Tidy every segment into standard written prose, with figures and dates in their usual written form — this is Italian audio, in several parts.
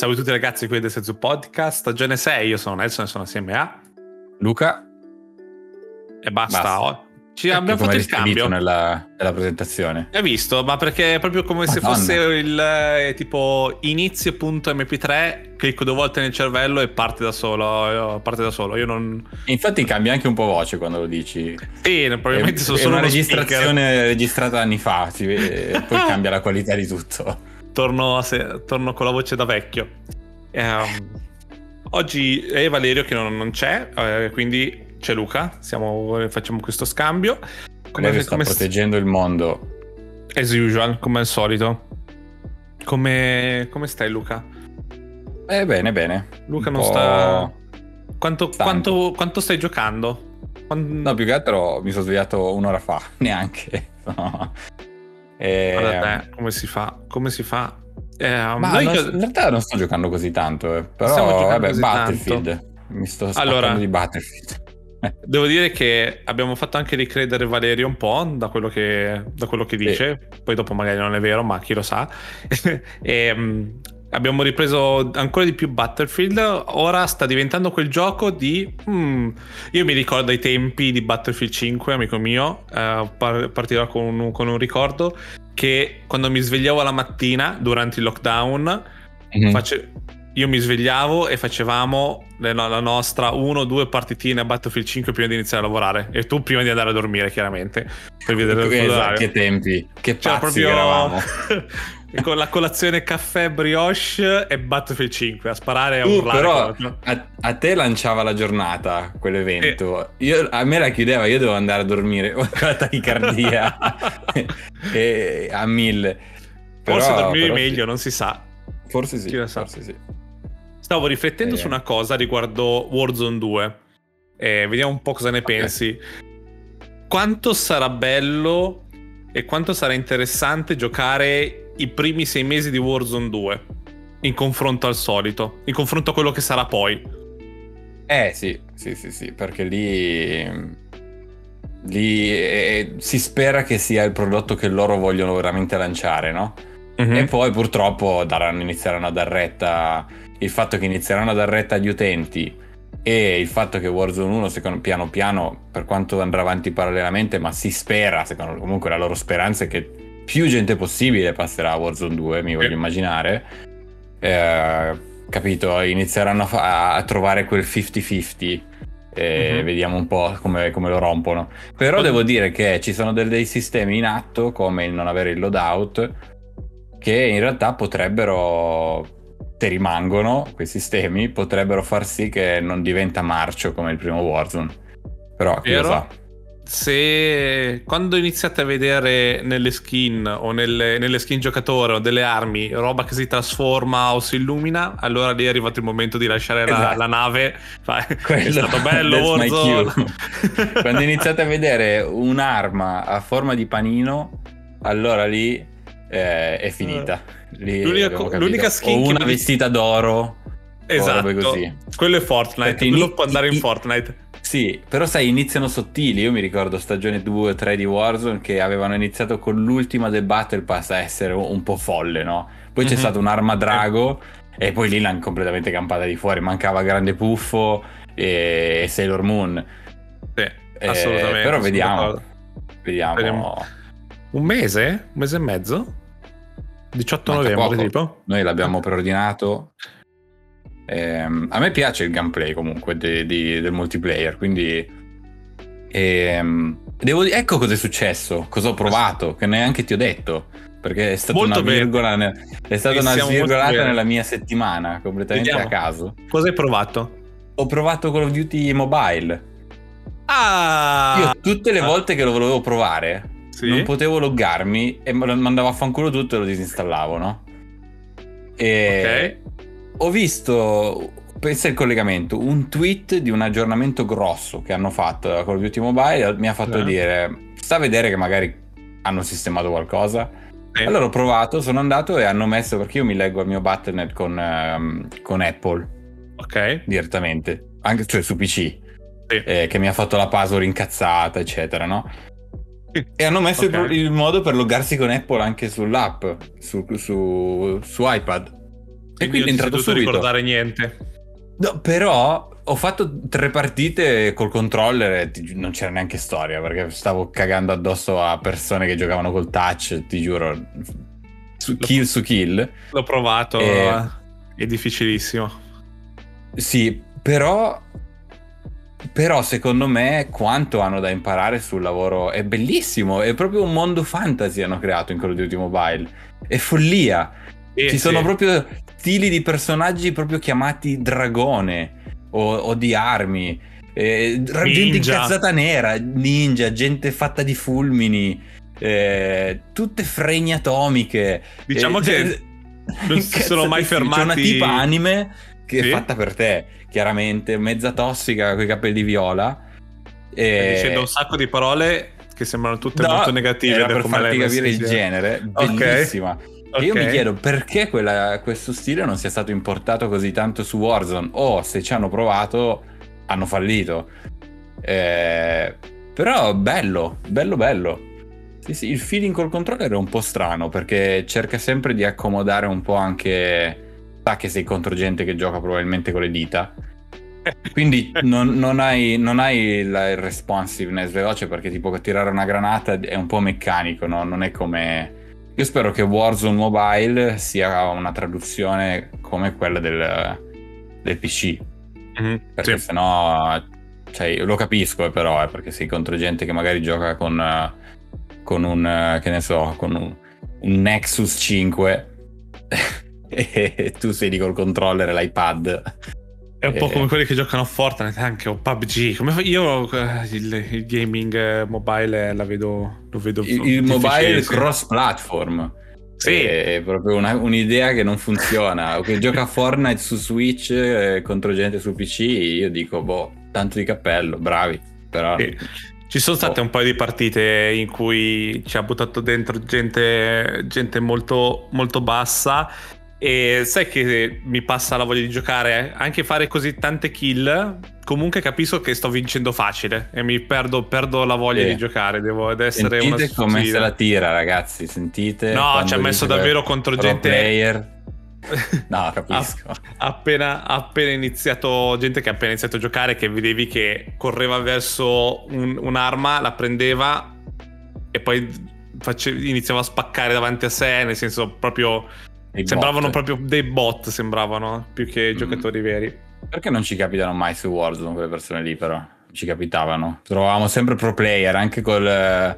Ciao a tutti ragazzi, qui del Senzu Podcast, stagione 6, io sono Nelson e sono assieme a Luca. E basta. Abbiamo come fatto il cambio nella presentazione. Hai visto? Ma perché è proprio come se fosse il tipo inizio.mp3, clicco 2 volte nel cervello e parte da solo. Io non... Infatti cambia anche un po' voce quando lo dici. Sì, probabilmente sono solo una registrazione speaker. Registrata anni fa, e poi cambia la qualità di tutto. Torno con la voce da vecchio. Oggi è Valerio che non c'è, quindi c'è Luca, facciamo questo scambio. Come sta proteggendo il mondo. As usual, come al solito. Come stai, Luca? Bene. Luca non sta... Quanto stai giocando? No, più che altro mi sono svegliato un'ora fa, neanche. No. Guarda te, come si fa? Ma in realtà non sto giocando così tanto, però vabbè, Battlefield. Tanto. Mi sto spaccando di Battlefield. Devo dire che abbiamo fatto anche ricredere Valerio un po' da quello che dice, poi dopo magari non è vero, ma chi lo sa. Abbiamo ripreso ancora di più Battlefield. Ora sta diventando quel gioco di io mi ricordo ai tempi di Battlefield 5, amico mio. Partirò con un ricordo che quando mi svegliavo la mattina durante il lockdown io mi svegliavo e facevamo la nostra 1-2 partitine a Battlefield 5 prima di iniziare a lavorare, e tu prima di andare a dormire, chiaramente, per vedere esatto, che tempi, che pazzi proprio... che eravamo. Con la colazione caffè brioche e Battlefield 5 a sparare e a urlare. Però a te lanciava la giornata quell'evento, a me la chiudeva, io dovevo andare a dormire con la tachicardia e a 1000. Forse dormivi meglio, non si sa. Forse sì. Stavo riflettendo su una cosa riguardo Warzone 2. Vediamo un po' cosa ne pensi. Quanto sarà bello e quanto sarà interessante giocare i primi 6 mesi di Warzone 2 in confronto al solito, in confronto a quello che sarà poi. Sì, perché lì si spera che sia il prodotto che loro vogliono veramente lanciare, no? E poi purtroppo inizieranno a dar retta. Il fatto che inizieranno a dar retta agli utenti e il fatto che Warzone 1 secondo piano piano, per quanto andrà avanti parallelamente, ma si spera, secondo comunque la loro speranza è che più gente possibile passerà a Warzone 2, mi voglio immaginare. Capito? Inizieranno a trovare quel 50-50. Vediamo un po' come lo rompono. Però devo dire che ci sono dei sistemi in atto, come il non avere il loadout, che in realtà potrebbero, se rimangono quei sistemi, potrebbero far sì che non diventa marcio come il primo Warzone. Però chi lo sa. Se quando iniziate a vedere nelle skin o nelle skin giocatore o delle armi roba che si trasforma o si illumina, allora lì è arrivato il momento di lasciare la nave. È stato bello Warzone. Quando iniziate a vedere un'arma a forma di panino, allora lì è finita. Lì l'unica skin o una vestita d'oro, esatto, così. Quello è Fortnite. Quello può andare in Fortnite. Sì, però sai, iniziano sottili. Io mi ricordo stagione 2 o 3 di Warzone che avevano iniziato con l'ultima del Battle Pass a essere un po' folle, no? Poi c'è stata un'arma drago e poi lì l'hanno completamente campata di fuori. Mancava Grande Puffo e Sailor Moon. Sì, assolutamente. Però vediamo. Un mese e mezzo? 18 Manca novembre poco. Tipo? Noi l'abbiamo preordinato. A me piace il gameplay comunque del multiplayer, quindi ecco cosa è successo, cosa ho provato, che neanche ti ho detto, perché è stata una virgola svirgolata nella mia settimana, completamente a caso. Cosa hai provato? Ho provato Call of Duty Mobile. Io tutte le volte che lo volevo provare non potevo loggarmi e mandavo a fanculo tutto e lo disinstallavo, no? Ho visto, pensa il collegamento, un tweet di un aggiornamento grosso che hanno fatto da Call of Duty Mobile, mi ha fatto dire, sta a vedere che magari hanno sistemato qualcosa. Allora ho provato, sono andato e hanno messo, perché io mi leggo il mio Battle.net con Apple, direttamente, anche, cioè su PC, che mi ha fatto la password incazzata, eccetera, no? E hanno messo il modo per loggarsi con Apple anche sull'app, su iPad. Quindi non ti sei dovuto ricordare niente. No, però ho fatto 3 partite col controller e non c'era neanche storia, perché stavo cagando addosso a persone che giocavano col touch, ti giuro, kill su kill. L'ho provato, è difficilissimo. Sì, però secondo me quanto hanno da imparare sul lavoro è bellissimo, è proprio un mondo fantasy hanno creato in Call of Duty Mobile, è follia. Ci sono proprio stili di personaggi proprio chiamati dragone o di armi, gente incazzata nera, ninja, gente fatta di fulmini, tutte fregne atomiche. Diciamo che non si sono mai fermati. C'è una tipa anime che è fatta per te, chiaramente, mezza tossica con i capelli viola. Dicendo un sacco di parole che sembrano tutte molto negative. Era per farti capire il genere, bellissima. Okay. Io mi chiedo perché questo stile non sia stato importato così tanto su Warzone, o se ci hanno provato hanno fallito. Però bello. Sì, il feeling col controller è un po' strano, perché cerca sempre di accomodare un po' anche... Sa che sei contro gente che gioca probabilmente con le dita, quindi non hai il responsiveness veloce, perché tipo tirare una granata è un po' meccanico, no? Non è come... Io spero che Warzone Mobile sia una traduzione come quella del PC, perché sennò, cioè, lo capisco, però perché sei contro gente che magari gioca con un, che ne so, con un Nexus 5 e tu sei lì col controller e l'iPad. È un po' come quelli che giocano a Fortnite anche, o PUBG. Io il gaming mobile lo vedo il mobile cross platform. Sì. È proprio un'idea che non funziona. Che gioca a Fortnite su Switch contro gente su PC, io dico tanto di cappello, bravi, però ci sono state un paio di partite in cui ci ha buttato dentro gente molto, molto bassa. E sai che mi passa la voglia di giocare, anche fare così tante kill. Comunque capisco che sto vincendo facile e mi perdo la voglia di giocare. Devo essere una sentite come se la tira, ragazzi, sentite. No, ci ha messo davvero contro gente player. No, capisco. Appena iniziato, gente che ha appena iniziato a giocare, che vedevi che correva verso un'arma, la prendeva e poi iniziava a spaccare davanti a sé, nel senso proprio sembravano proprio dei bot, sembravano più che giocatori veri. Perché non ci capitano mai su Warzone quelle persone lì, però ci capitavano, trovavamo sempre pro player anche col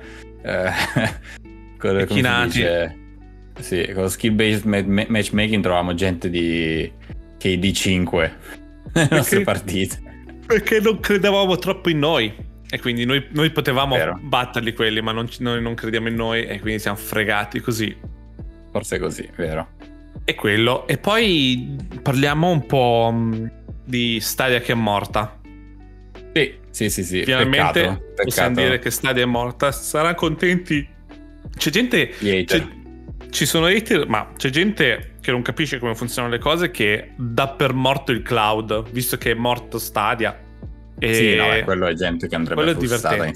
chinati. Sì, con lo skill based matchmaking trovavamo gente di KD 5 nelle nostre partite, perché non credevamo troppo in noi e quindi noi potevamo batterli quelli, ma noi non crediamo in noi e quindi siamo fregati così. Forse è così, vero? E quello. E poi parliamo un po' di Stadia che è morta. Sì. Finalmente peccato. Possiamo dire che Stadia è morta. Saranno contenti. C'è gente... Ci sono hater, ma c'è gente che non capisce come funzionano le cose, che dà per morto il cloud, visto che è morto Stadia. Sì, no, quello è gente che andrebbe frustrata.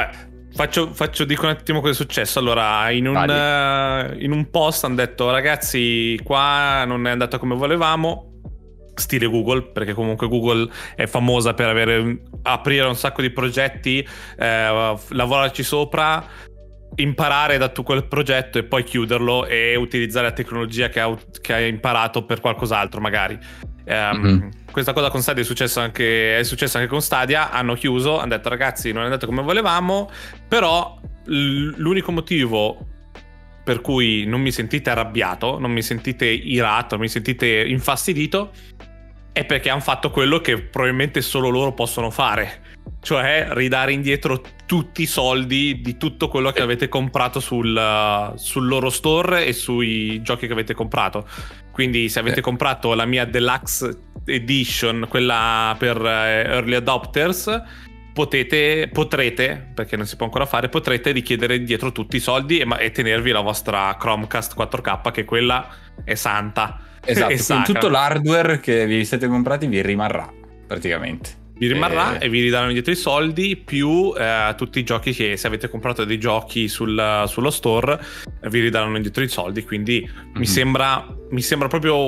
Dico un attimo cosa è successo. Allora, in un post hanno detto: ragazzi, qua non è andata come volevamo, stile Google, perché comunque Google è famosa per aprire un sacco di progetti, lavorarci sopra, imparare da quel progetto e poi chiuderlo e utilizzare la tecnologia che ha imparato per qualcos'altro magari. Questa cosa con Stadia è successa anche con Stadia. Hanno chiuso, hanno detto: ragazzi, non è andato come volevamo, però l'unico motivo per cui non mi sentite arrabbiato, non mi sentite irato, non mi sentite infastidito, è perché hanno fatto quello che probabilmente solo loro possono fare, cioè ridare indietro tutti i soldi di tutto quello che avete comprato sul loro store e sui giochi che avete comprato. Quindi se avete comprato la mia Deluxe Edition, quella per Early Adopters, potrete, perché non si può ancora fare, potrete richiedere indietro tutti i soldi e tenervi la vostra Chromecast 4K, che quella è santa. Esatto, tutto l'hardware che vi siete comprati vi rimarrà praticamente. Vi rimarrà e vi ridaranno indietro i soldi, più tutti i giochi che, se avete comprato dei giochi sullo store, vi ridaranno indietro i soldi. Quindi mi sembra proprio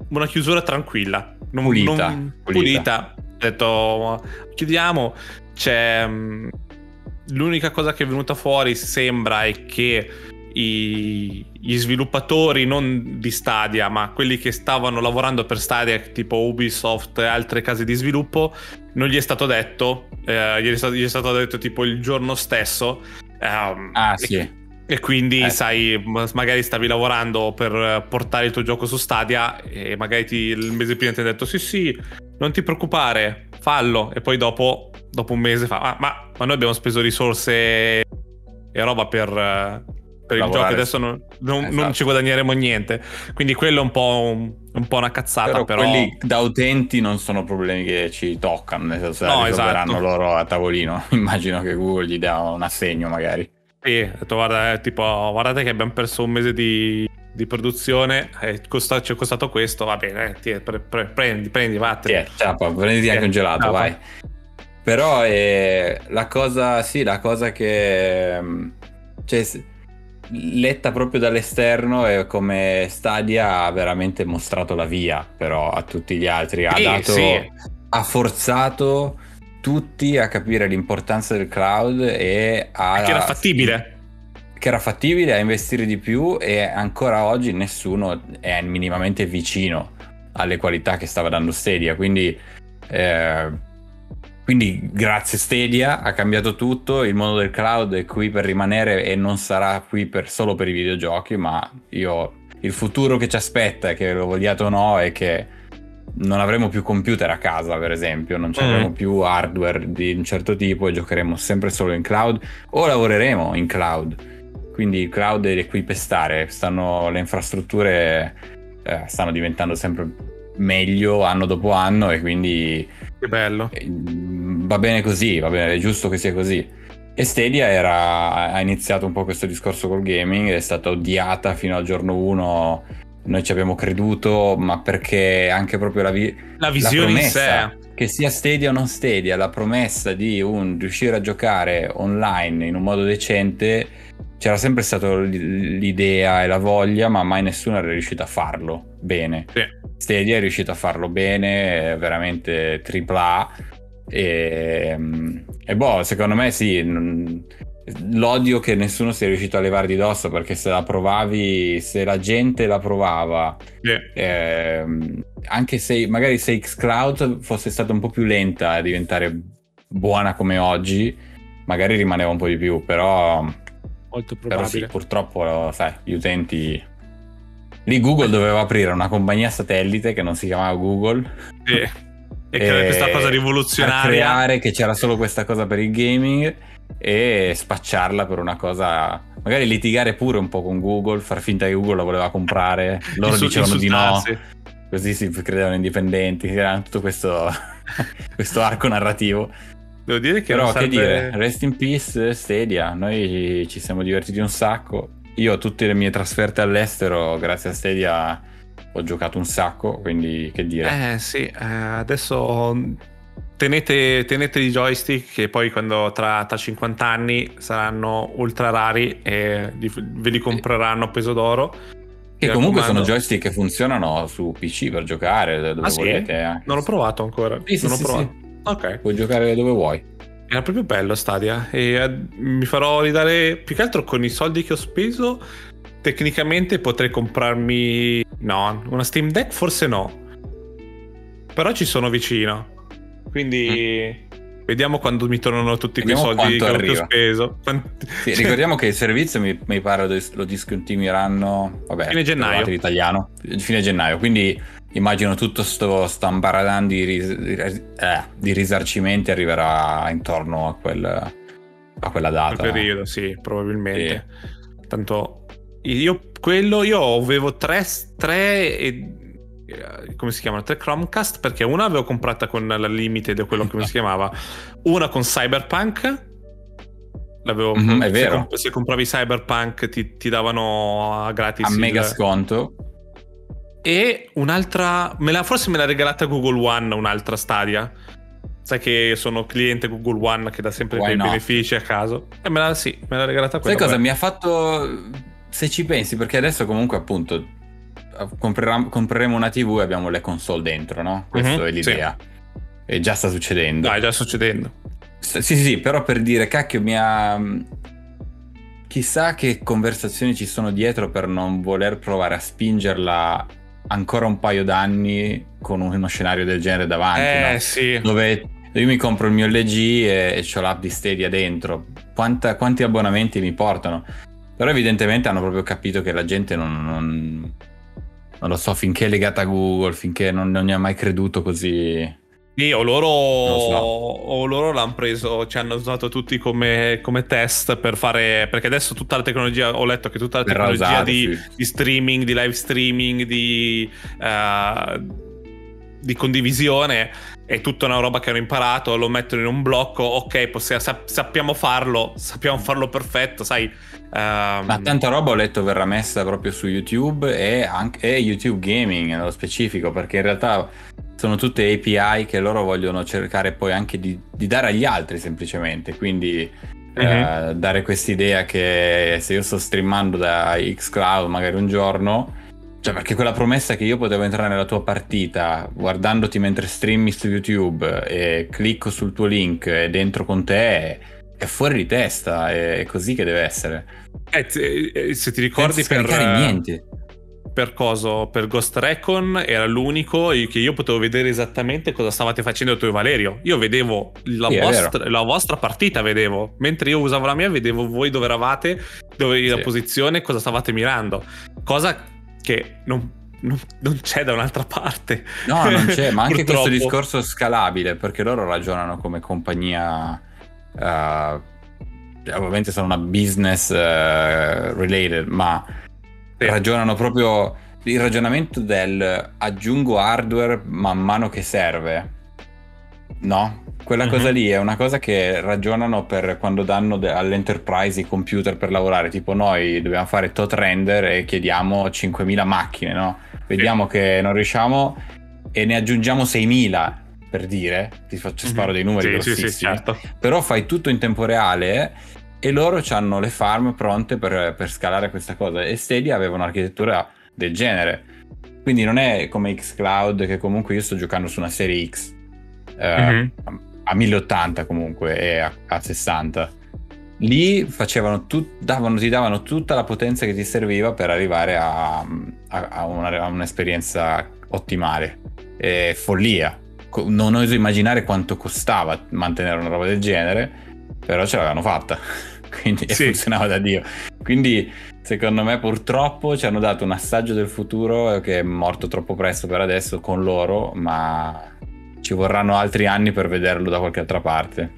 una chiusura tranquilla, pulita. Ho detto chiudiamo. C'è l'unica cosa che è venuta fuori sembra è che gli sviluppatori non di Stadia, ma quelli che stavano lavorando per Stadia, tipo Ubisoft e altre case di sviluppo, non gli è stato detto, gli è stato detto tipo il giorno stesso. Sì. E quindi sai, magari stavi lavorando per portare il tuo gioco su Stadia e magari il mese prima ti hanno detto sì, non ti preoccupare, fallo, e poi dopo un mese fa ma noi abbiamo speso risorse e roba per il gioco, adesso non ci guadagneremo niente. Quindi quello è un po' una cazzata, però quelli da utenti non sono problemi che ci toccano, nel senso che risolveranno loro a tavolino. Immagino che Google gli dà un assegno magari. Sì, ho detto guardate che abbiamo perso un mese di produzione, ci è costato questo, va bene, prendi, vattene. Prenditi anche un gelato, vai. Però la cosa che letta proprio dall'esterno è come Stadia ha veramente mostrato la via però a tutti gli altri, ha forzato tutti a capire l'importanza del cloud e che era fattibile, a investire di più, e ancora oggi nessuno è minimamente vicino alle qualità che stava dando Stadia, quindi grazie Stadia ha cambiato tutto, il mondo del cloud è qui per rimanere e non sarà qui solo per i videogiochi, ma il futuro che ci aspetta, che lo vogliate o no, è che non avremo più computer a casa, per esempio, non avremo più hardware di un certo tipo e giocheremo sempre solo in cloud o lavoreremo in cloud. Quindi il cloud è qui per stare, le infrastrutture stanno diventando sempre meglio anno dopo anno, e quindi che bello, va bene così, va bene, è giusto che sia così. E Stadia ha iniziato un po' questo discorso col gaming, è stata odiata fino al giorno 1. Noi ci abbiamo creduto, ma perché anche proprio la visione in sé, che sia Stadia o non Stadia, la promessa di riuscire a giocare online in un modo decente, c'era sempre stata l'idea e la voglia, ma mai nessuno era riuscito a farlo bene. Sì. Stadia è riuscito a farlo bene, veramente AAA, e secondo me sì, l'odio che nessuno sia riuscito a levare di dosso, perché se la gente la provava, anche se magari se xCloud fosse stata un po' più lenta a diventare buona come oggi, magari rimaneva un po' di più, però molto probabile. Però sì, purtroppo sai, gli utenti lì Google doveva aprire una compagnia satellite che non si chiamava Google, e creare questa cosa rivoluzionaria, per creare che c'era solo questa cosa per il gaming e spacciarla per una cosa, magari litigare pure un po' con Google, far finta che Google la voleva comprare, loro dicevano di no, così si credevano indipendenti, era tutto questo arco narrativo. Devo dire che però che dire, rest in peace Stadia, noi ci siamo divertiti un sacco. Io tutte le mie trasferte all'estero grazie a Stadia ho giocato un sacco, quindi che dire. Sì, adesso tenete i joystick, che poi quando tra 50 anni saranno ultra rari e ve li compreranno a peso d'oro. Che comunque sono joystick che funzionano su PC per giocare dove volete. Non l'ho provato ancora. Sì. Ok. Puoi giocare dove vuoi. Era proprio bello Stadia, e mi farò ridare, più che altro con i soldi che ho speso. Tecnicamente potrei comprarmi una Steam Deck, forse no, però ci sono vicino, quindi vediamo quando mi tornano tutti quei soldi che ho speso. Sì, ricordiamo che il servizio mi pare lo discontinueranno fine gennaio, fine gennaio, quindi immagino tutto sto ambaradàn di risarcimenti arriverà intorno a quella data. Quel periodo, sì, probabilmente. Sì. Tanto io avevo tre come si chiamano? 3 Chromecast, perché una avevo comprata con la Limited, quello come si chiamava, una con Cyberpunk. È vero. Se compravi Cyberpunk ti davano gratis a mega sconto. E un'altra forse me l'ha regalata Google One, un'altra Stadia. Sai che sono cliente Google One che dà sempre dei benefici a caso, e me l'ha regalata quella. Sai cosa mi ha fatto, se ci pensi, perché adesso comunque appunto compreremo una TV e abbiamo le console dentro, no? Questa è l'idea. Sì. E già sta succedendo. È già succedendo. Sì, però per dire, cacchio, chissà che conversazioni ci sono dietro per non voler provare a spingerla ancora un paio d'anni con uno scenario del genere davanti, no? Sì. Dove io mi compro il mio LG e c'ho l'app di Stadia dentro. Quanti abbonamenti mi portano? Però evidentemente hanno proprio capito che la gente non lo so, finché è legata a Google, finché non ne ha mai creduto così. Sì, o loro l'hanno preso, ci hanno usato tutti come test per fare, perché adesso tutta la tecnologia, ho letto che tutta la tecnologia di streaming, di live streaming, di condivisione è tutta una roba che hanno imparato, lo mettono in un blocco, ok, sappiamo farlo perfetto, sai. Ma tanta roba ho letto verrà messa proprio su YouTube e YouTube Gaming nello specifico, perché in realtà sono tutte API che loro vogliono cercare poi anche di dare agli altri semplicemente, quindi dare quest'idea che se io sto streamando da xCloud magari un giorno, cioè perché quella promessa che io potevo entrare nella tua partita guardandoti mentre streami su YouTube e clicco sul tuo link e dentro con te è fuori di testa, è così che deve essere. Se ti ricordi, niente. Per Ghost Recon era l'unico che io potevo vedere esattamente cosa stavate facendo tu e Valerio. Io vedevo la vostra partita, mentre io usavo la mia, vedevo voi dove eravate, la posizione, cosa stavate mirando, cosa che non c'è da un'altra parte. No, non c'è, ma anche questo discorso scalabile, perché loro ragionano come compagnia, ovviamente sono una business related, ma ragionano proprio il ragionamento del aggiungo hardware man mano che serve, no? Quella cosa lì è una cosa che ragionano per quando danno all'enterprise i computer per lavorare, tipo noi dobbiamo fare tot render e chiediamo 5.000 macchine, no? Vediamo che non riusciamo e ne aggiungiamo 6.000, per dire, sparo dei numeri grossissimi, certo. Però fai tutto in tempo reale e loro hanno le farm pronte per scalare questa cosa, e Stadia aveva un'architettura del genere, quindi non è come xCloud, che comunque io sto giocando su una serie X a 1080 comunque e a 60. Lì ti davano tutta la potenza che ti serviva per arrivare a un'esperienza ottimale. È follia, non oso immaginare quanto costava mantenere una roba del genere, però ce l'avevano fatta, quindi funzionava da Dio. Quindi secondo me purtroppo ci hanno dato un assaggio del futuro che è morto troppo presto per adesso con loro, ma ci vorranno altri anni per vederlo da qualche altra parte.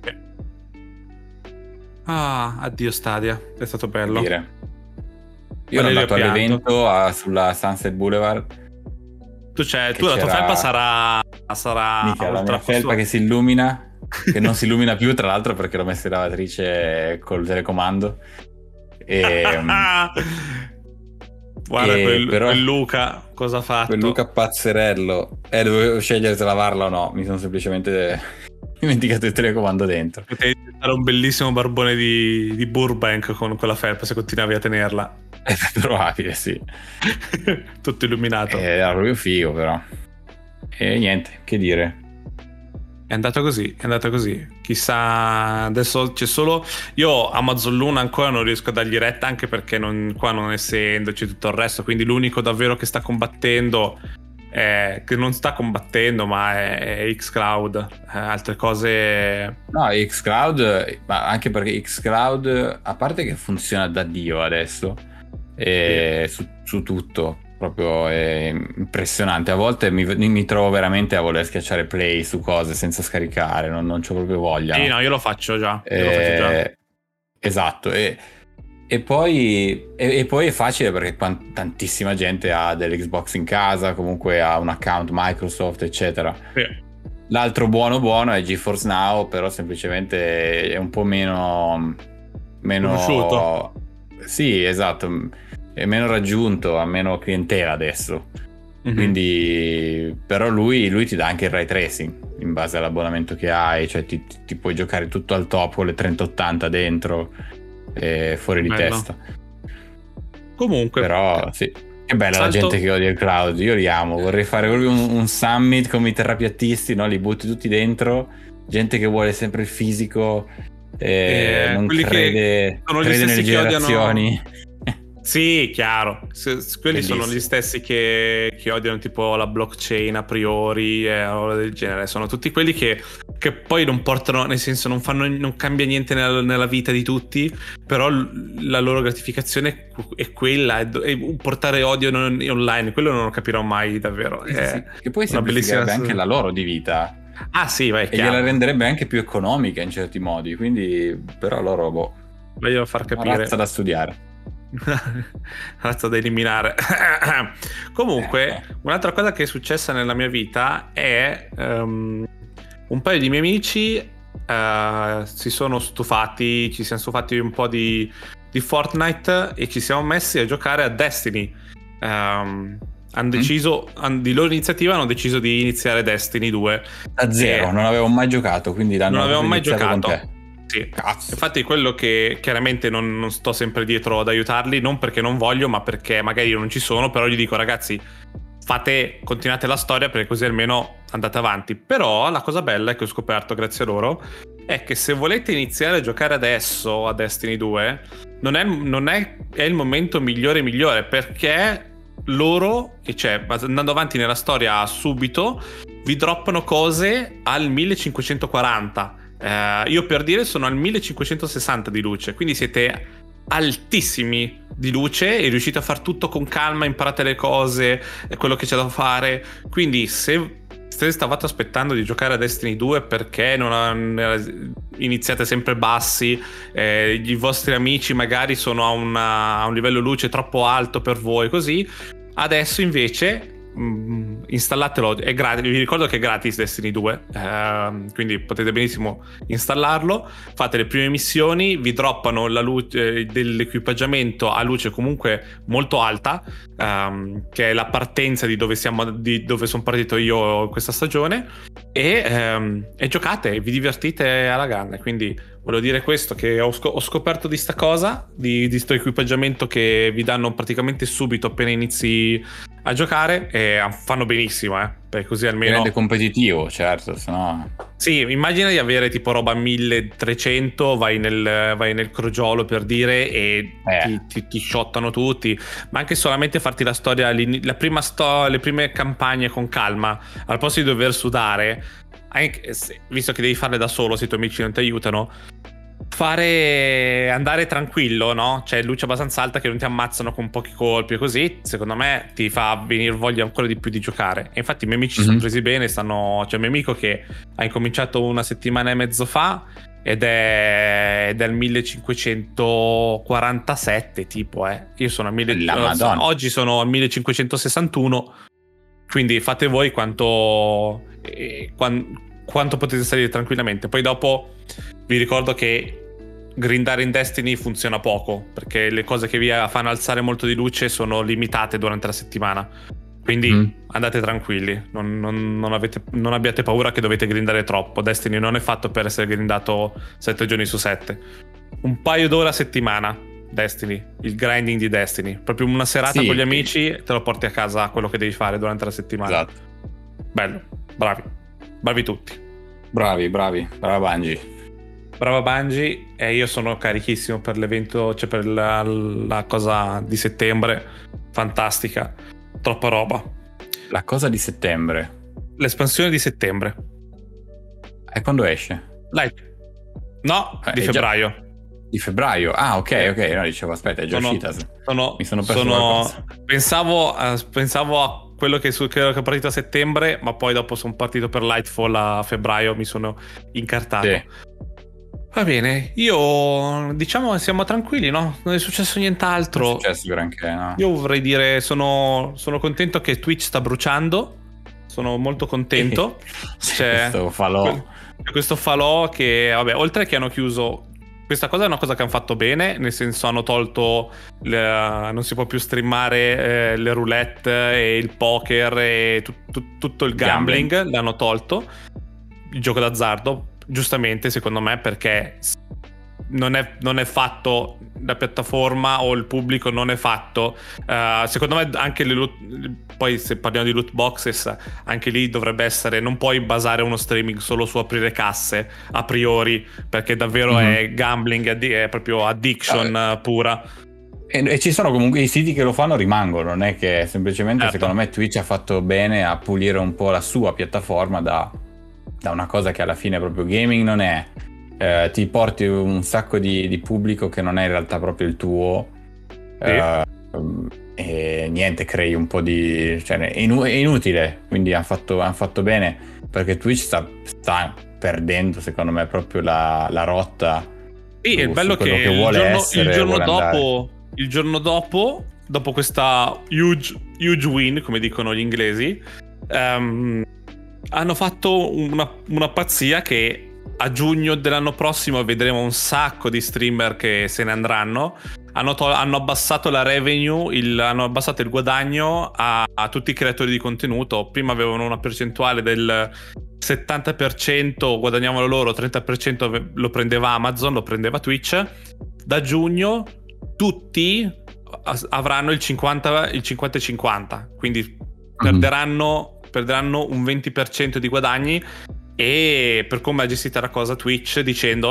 Addio Stadia, è stato bello. Io ero andato all'evento sulla Sunset Boulevard. La tua felpa sarà mica, la mia felpa che si illumina, che non si illumina più tra l'altro perché l'ho messa in lavatrice col telecomando. Guarda quel Luca cosa ha fatto. Quel Luca pazzerello. Dovevo scegliere se lavarla o no. Mi sono semplicemente dimenticato il telecomando dentro. Potevi diventare un bellissimo barbone di Burbank con quella felpa se continuavi a tenerla. È probabile, sì. Tutto illuminato. Era proprio figo, però. E niente, che dire. È andata così. Chissà, adesso c'è solo io Amazon Luna ancora non riesco a dargli retta, anche perché qua non essendoci tutto il resto, quindi l'unico davvero che sta combattendo che non sta combattendo ma è xCloud. Altre cose no, xCloud, ma anche perché xCloud, a parte che funziona da Dio adesso su tutto, proprio è impressionante. A volte mi trovo veramente a voler schiacciare play su cose senza scaricare, non c'ho proprio voglia. Sì, no, io lo faccio già. Esatto. E poi è facile perché tantissima gente ha dell'Xbox in casa, comunque ha un account Microsoft, eccetera. Sì. L'altro buono è GeForce Now, però semplicemente è un po' meno conosciuto. Sì, esatto. È meno raggiunto, ha meno clientela adesso. Quindi però lui ti dà anche il ray tracing in base all'abbonamento che hai, cioè ti puoi giocare tutto al top con le 3080 dentro, fuori di testa. Comunque però sì, Che bella la gente che odia il cloud, io li amo, vorrei fare proprio un summit come i terrapiattisti, no? Li butti tutti dentro, gente che vuole sempre il fisico, non crede nelle generazioni. Sì, chiaro. Quelli Bellissimo. sono gli stessi che odiano tipo la blockchain a priori e roba del genere. Sono tutti quelli che poi non portano, nel senso non cambia niente nella vita di tutti, però la loro gratificazione è quella, è portare odio online. Quello non lo capirò mai davvero. Sì. Che poi semplificherebbe anche la loro di vita. Ah sì, vai, e gliela renderebbe anche più economica in certi modi, quindi però loro voglio far capire. Una razza da studiare. Razza da eliminare. Comunque un'altra cosa che è successa nella mia vita è un paio di miei amici si sono stufati, ci siamo stufati un po' di Fortnite e ci siamo messi a giocare a Destiny. Hanno deciso, di loro iniziativa hanno deciso di iniziare Destiny 2 da zero. Non avevo mai giocato, quindi non avevo mai giocato con te. Sì. Infatti quello che chiaramente non sto sempre dietro ad aiutarli, non perché non voglio, ma perché magari io non ci sono, però gli dico ragazzi, continuate la storia perché così almeno andate avanti. Però la cosa bella che ho scoperto grazie a loro è che se volete iniziare a giocare adesso a Destiny 2 non è il momento migliore, perché loro, cioè andando avanti nella storia subito, vi droppano cose al 1540. Io per dire sono al 1560 di luce, quindi siete altissimi di luce e riuscite a far tutto con calma, imparate le cose, quello che c'è da fare. Quindi se stavate aspettando di giocare a Destiny 2 perché iniziate sempre bassi, i vostri amici magari sono a un livello luce troppo alto per voi, così adesso invece installatelo, è gratis. Vi ricordo che è gratis Destiny 2, quindi potete benissimo installarlo, fate le prime missioni, vi droppano la luce dell'equipaggiamento a luce comunque molto alta, che è la partenza di dove sono partito io questa stagione, e giocate, vi divertite alla grande. Quindi volevo dire questo, che ho scoperto di sta cosa, di sto equipaggiamento che vi danno praticamente subito appena inizi a giocare, e fanno benissimo, perché così almeno rende competitivo, certo, sennò... Sì, immagina di avere tipo roba 1300, vai nel crogiolo per dire, e ti shottano tutti, ma anche solamente farti la storia, le prime campagne con calma, al posto di dover sudare, visto che devi farle da solo se i tuoi amici non ti aiutano, andare tranquillo, no? Cioè luce abbastanza alta che non ti ammazzano con pochi colpi, così secondo me ti fa venire voglia ancora di più di giocare. E infatti i miei amici sono presi bene, c'è un mio amico che ha incominciato una settimana e mezzo fa ed è del 1547 tipo, io sono al oggi sono al 1561, quindi fate voi quanto potete salire tranquillamente. Poi dopo vi ricordo che grindare in Destiny funziona poco, perché le cose che vi fanno alzare molto di luce sono limitate durante la settimana, quindi andate tranquilli, non abbiate paura che dovete grindare troppo. Destiny non è fatto per essere grindato 7 giorni su 7, un paio d'ore a settimana. Destiny, il grinding di Destiny, proprio una serata con gli amici, te lo porti a casa quello che devi fare durante la settimana. Esatto. Bello, bravi tutti. Bravi, brava Bungie. Brava Bungie, e io sono carichissimo per l'evento, cioè per la cosa di settembre, fantastica, troppa roba. La cosa di settembre? L'espansione di settembre. E quando esce? Di febbraio. Di febbraio? Ah, ok, no, dicevo, aspetta, è già uscita. Mi sono perso qualcosa. Pensavo a quello che è partito a settembre, ma poi dopo sono partito per Lightfall a febbraio, mi sono incartato. Sì. Va bene, io diciamo siamo tranquilli, no? Non è successo nient'altro. Non è successo granché, no? Io vorrei dire, sono contento che Twitch sta bruciando. Sono molto contento. C'è questo falò che, vabbè, oltre che hanno chiuso. Questa cosa è una cosa che hanno fatto bene, nel senso hanno tolto non si può più streamare le roulette e il poker e tutto il gambling, l'hanno tolto, il gioco d'azzardo, giustamente secondo me, perché non è fatto, la piattaforma o il pubblico non è fatto, secondo me anche poi se parliamo di loot boxes, anche lì dovrebbe essere, non puoi basare uno streaming solo su aprire casse a priori, perché davvero è gambling, è proprio addiction pura. E ci sono comunque i siti che lo fanno, rimangono, non è che semplicemente secondo me Twitch ha fatto bene a pulire un po' la sua piattaforma da una cosa che alla fine proprio gaming non è. Ti porti un sacco di pubblico che non è in realtà proprio il tuo, e niente, crei un po' di, cioè è inutile, quindi hanno fatto bene, perché Twitch sta perdendo secondo me proprio la rotta. Sì, è bello che il giorno dopo questa huge win, come dicono gli inglesi, hanno fatto una pazzia che a giugno dell'anno prossimo vedremo un sacco di streamer che se ne andranno. Hanno abbassato la revenue, hanno abbassato il guadagno a tutti i creatori di contenuto. Prima avevano una percentuale del 70% guadagnavano loro, 30% lo prendeva Amazon, lo prendeva Twitch. Da giugno tutti avranno il 50 e 50, quindi perderanno un 20% di guadagni. E per come ha gestita la cosa Twitch, dicendo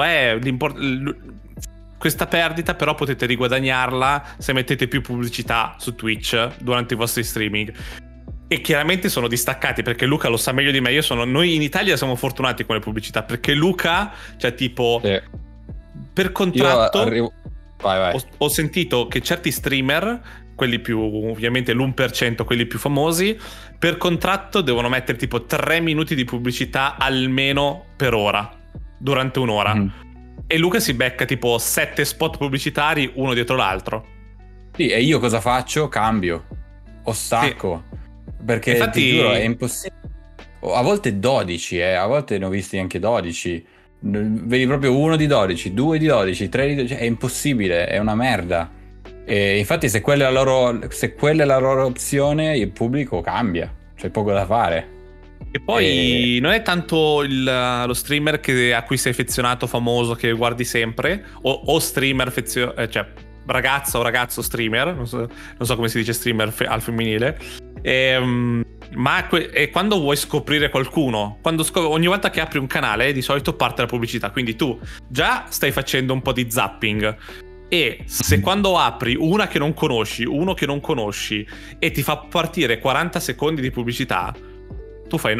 questa perdita però potete riguadagnarla se mettete più pubblicità su Twitch durante i vostri streaming. E chiaramente sono distaccati, perché Luca lo sa meglio di me. Noi in Italia siamo fortunati con le pubblicità, perché Luca, cioè tipo per contratto vai. Ho sentito che certi streamer, quelli più, ovviamente l'1%, quelli più famosi, per contratto devono mettere tipo 3 minuti di pubblicità almeno per ora, durante un'ora. E Luca si becca tipo 7 spot pubblicitari uno dietro l'altro. Sì, e io cosa faccio? Cambio o stacco, perché infatti, ti giuro è impossibile. A volte 12, a volte ne ho visti anche 12. Vedi proprio uno di 12, 2 di 12, 3 di 12, è impossibile, è una merda. E infatti se quella è la loro opzione, il pubblico cambia, c'è poco da fare. E poi non è tanto lo streamer a cui sei affezionato, famoso, che guardi sempre, o streamer cioè ragazza o ragazzo streamer, non so come si dice streamer al femminile, ma è quando vuoi scoprire qualcuno, ogni volta che apri un canale di solito parte la pubblicità, quindi tu già stai facendo un po' di zapping. E se quando apri uno che non conosci e ti fa partire 40 secondi di pubblicità, tu fai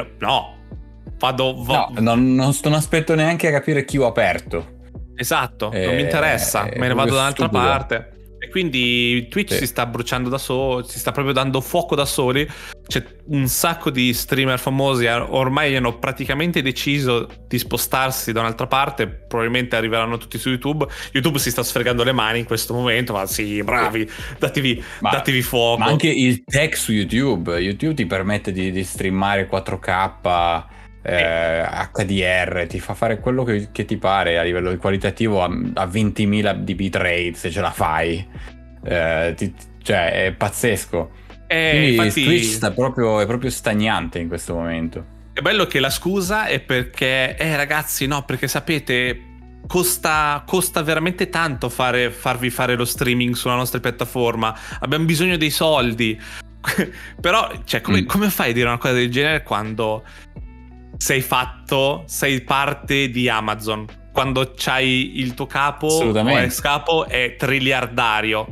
non aspetto neanche a capire chi ho aperto. Esatto, non mi interessa, me ne vado da un'altra parte. E quindi Twitch si sta bruciando da solo, si sta proprio dando fuoco da soli. C'è un sacco di streamer famosi, ormai hanno praticamente deciso di spostarsi da un'altra parte, probabilmente arriveranno tutti su YouTube. YouTube si sta sfregando le mani in questo momento, ma sì, bravi, datevi fuoco. Ma anche il tech su YouTube ti permette di streamare 4K, HDR, ti fa fare quello che ti pare a livello qualitativo a 20.000 di bitrate, se ce la fai, cioè è pazzesco. Quindi infatti, Twitch è proprio stagnante in questo momento. È bello che la scusa è perché ragazzi, no, perché sapete costa veramente tanto farvi fare lo streaming sulla nostra piattaforma, abbiamo bisogno dei soldi. Però cioè, come fai a dire una cosa del genere quando sei parte di Amazon, quando c'hai il tuo capo o ex capo è triliardario?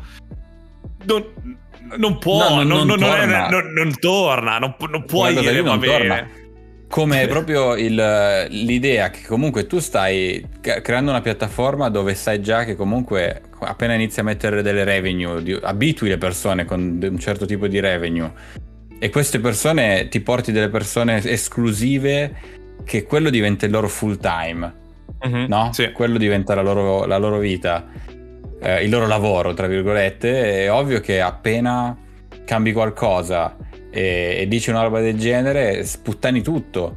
Non può, non torna, non puoi dire va bene. Come proprio l'idea che comunque tu stai creando una piattaforma dove sai già che comunque appena inizi a mettere delle revenue, abitui le persone con un certo tipo di revenue, e queste persone ti porti delle persone esclusive, che quello diventa il loro full time, no? Sì. Quello diventa la loro vita, il loro lavoro, tra virgolette. È ovvio che appena cambi qualcosa e dici una roba del genere, sputtani tutto,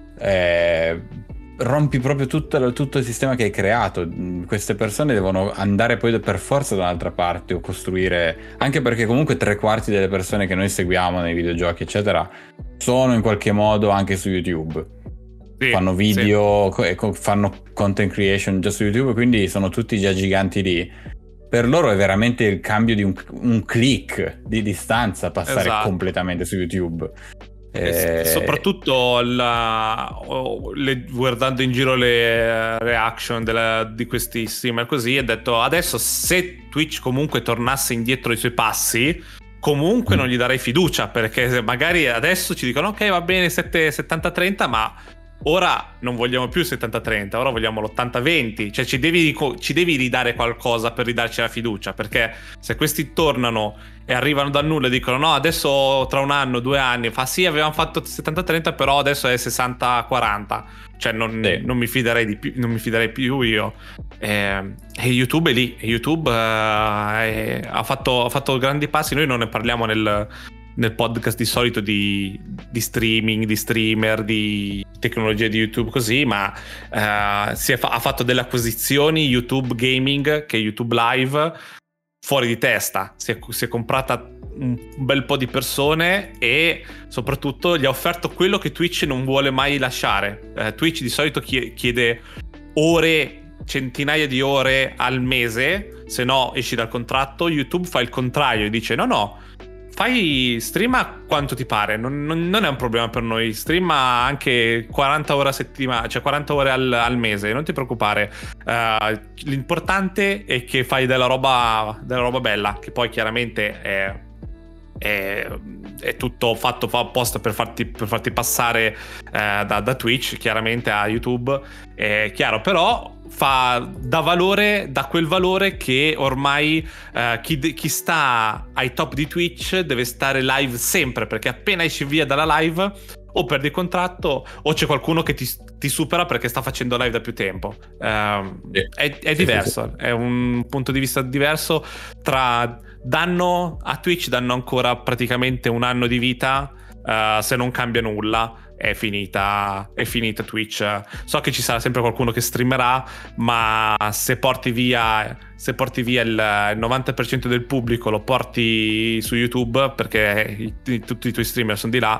rompi proprio tutto il sistema che hai creato. Queste persone devono andare poi per forza da un'altra parte o costruire, anche perché comunque 3/4 delle persone che noi seguiamo nei videogiochi eccetera sono in qualche modo anche su YouTube, fanno video e fanno content creation già su YouTube, quindi sono tutti già giganti lì. Per loro è veramente il cambio di un click di distanza passare completamente su YouTube. Soprattutto guardando in giro le reaction di questi streamer così, ha detto adesso se Twitch comunque tornasse indietro i suoi passi, comunque non gli darei fiducia, perché magari adesso ci dicono ok va bene 70-30, ma ora non vogliamo più il 70-30, ora vogliamo l'80-20, cioè ci devi ridare qualcosa per ridarci la fiducia, perché se questi tornano e arrivano dal nulla e dicono no adesso tra un anno, 2 anni fa sì avevamo fatto 70-30 però adesso è 60-40, cioè non mi fiderei non mi fiderei più io. E YouTube è lì, YouTube ha fatto grandi passi. Noi non ne parliamo nel podcast di solito di streaming, di streamer, di tecnologia di YouTube così, ma ha fatto delle acquisizioni YouTube Gaming, che è YouTube Live, fuori di testa. Si è comprata un bel po' di persone e soprattutto gli ha offerto quello che Twitch non vuole mai lasciare. Twitch di solito chiede ore, centinaia di ore al mese, se no esci dal contratto. YouTube fa il contrario e dice no, fai streama quanto ti pare, non è un problema per noi, streama anche 40 ore a settimana, cioè 40 ore al mese, non ti preoccupare, l'importante è che fai della roba bella, che poi chiaramente è tutto fatto apposta per farti passare da Twitch chiaramente a YouTube, è chiaro, però dà quel valore che ormai chi sta ai top di Twitch deve stare live sempre, perché appena esci via dalla live o perdi il contratto o c'è qualcuno che ti supera perché sta facendo live da più tempo. È diverso, è un punto di vista diverso. A Twitch danno ancora praticamente un anno di vita, se non cambia nulla è finita Twitch. So che ci sarà sempre qualcuno che streamerà, ma se porti via il 90% del pubblico, lo porti su YouTube perché tutti i tuoi streamer sono di là.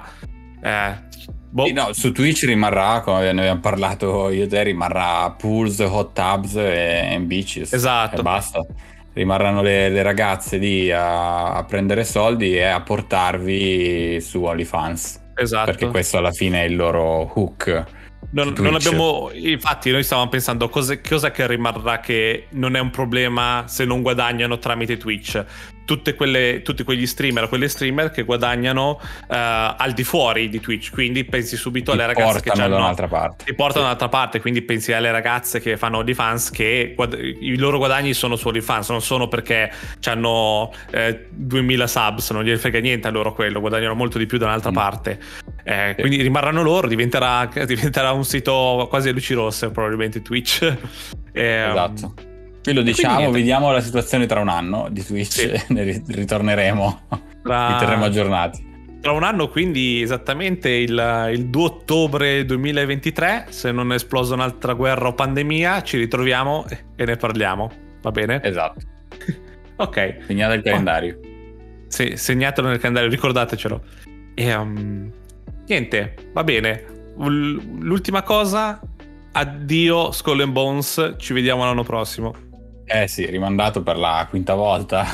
No, su Twitch rimarrà, come ne abbiamo parlato io e te, rimarrà Pools, Hot Tubs e Beaches. Esatto. E basta. Rimarranno le ragazze lì a prendere soldi e a portarvi su OnlyFans. Esatto. Perché questo alla fine è il loro hook. Non abbiamo, infatti noi stavamo pensando cos'è che rimarrà, che non è un problema se non guadagnano tramite Twitch. Tutti quegli streamer, quelle streamer che guadagnano al di fuori di Twitch, quindi pensi subito alle ragazze che da un'altra parte. Ti portano da un'altra parte, quindi pensi alle ragazze che fanno OnlyFans, che i loro guadagni sono su OnlyFans, non sono perché hanno 2000 subs, non gli frega niente a loro quello, guadagnano molto di più da un'altra parte. Quindi rimarranno loro, diventerà un sito quasi a luci rosse probabilmente Twitch. Esatto. Qui lo diciamo, vediamo la situazione tra un anno di Twitch, ne ritorneremo, vi terremo aggiornati. Tra un anno, quindi esattamente il 2 ottobre 2023, se non è esplosa un'altra guerra o pandemia, ci ritroviamo e ne parliamo, va bene? Esatto. Ok. Segnate il calendario. Sì, segnatelo nel calendario, ricordatecelo. E niente, va bene. L'ultima cosa, addio Skull and Bones, ci vediamo l'anno prossimo. Sì, rimandato per la 5ª volta.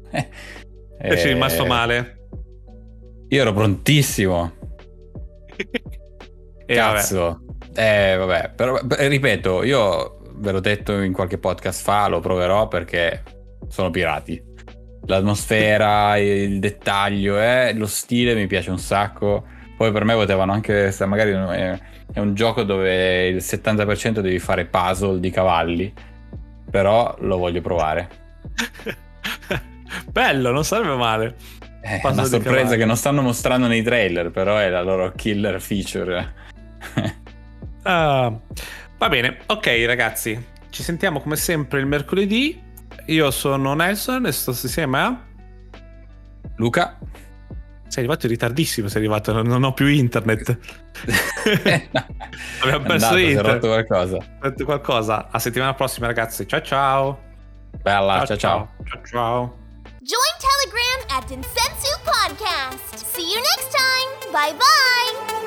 E ci è rimasto male. Io ero prontissimo. Cazzo. Vabbè, però ripeto, io ve l'ho detto in qualche podcast fa, lo proverò perché sono pirati. L'atmosfera, il dettaglio, lo stile mi piace un sacco. Poi per me potevano anche, magari è un gioco dove il 70% devi fare puzzle di cavalli, però lo voglio provare. Bello, non sarebbe male. È una sorpresa che non stanno mostrando nei trailer, però è la loro killer feature. Va bene, ok ragazzi, ci sentiamo come sempre il mercoledì. Io sono Nelson e sto insieme a Luca. Sei arrivato in ritardissimo, non ho più internet. Abbiamo perso internet. Si è rotto qualcosa. A settimana prossima ragazzi, ciao. Bella, ciao. Join Telegram at Densetsu Podcast. See you next time. Bye bye.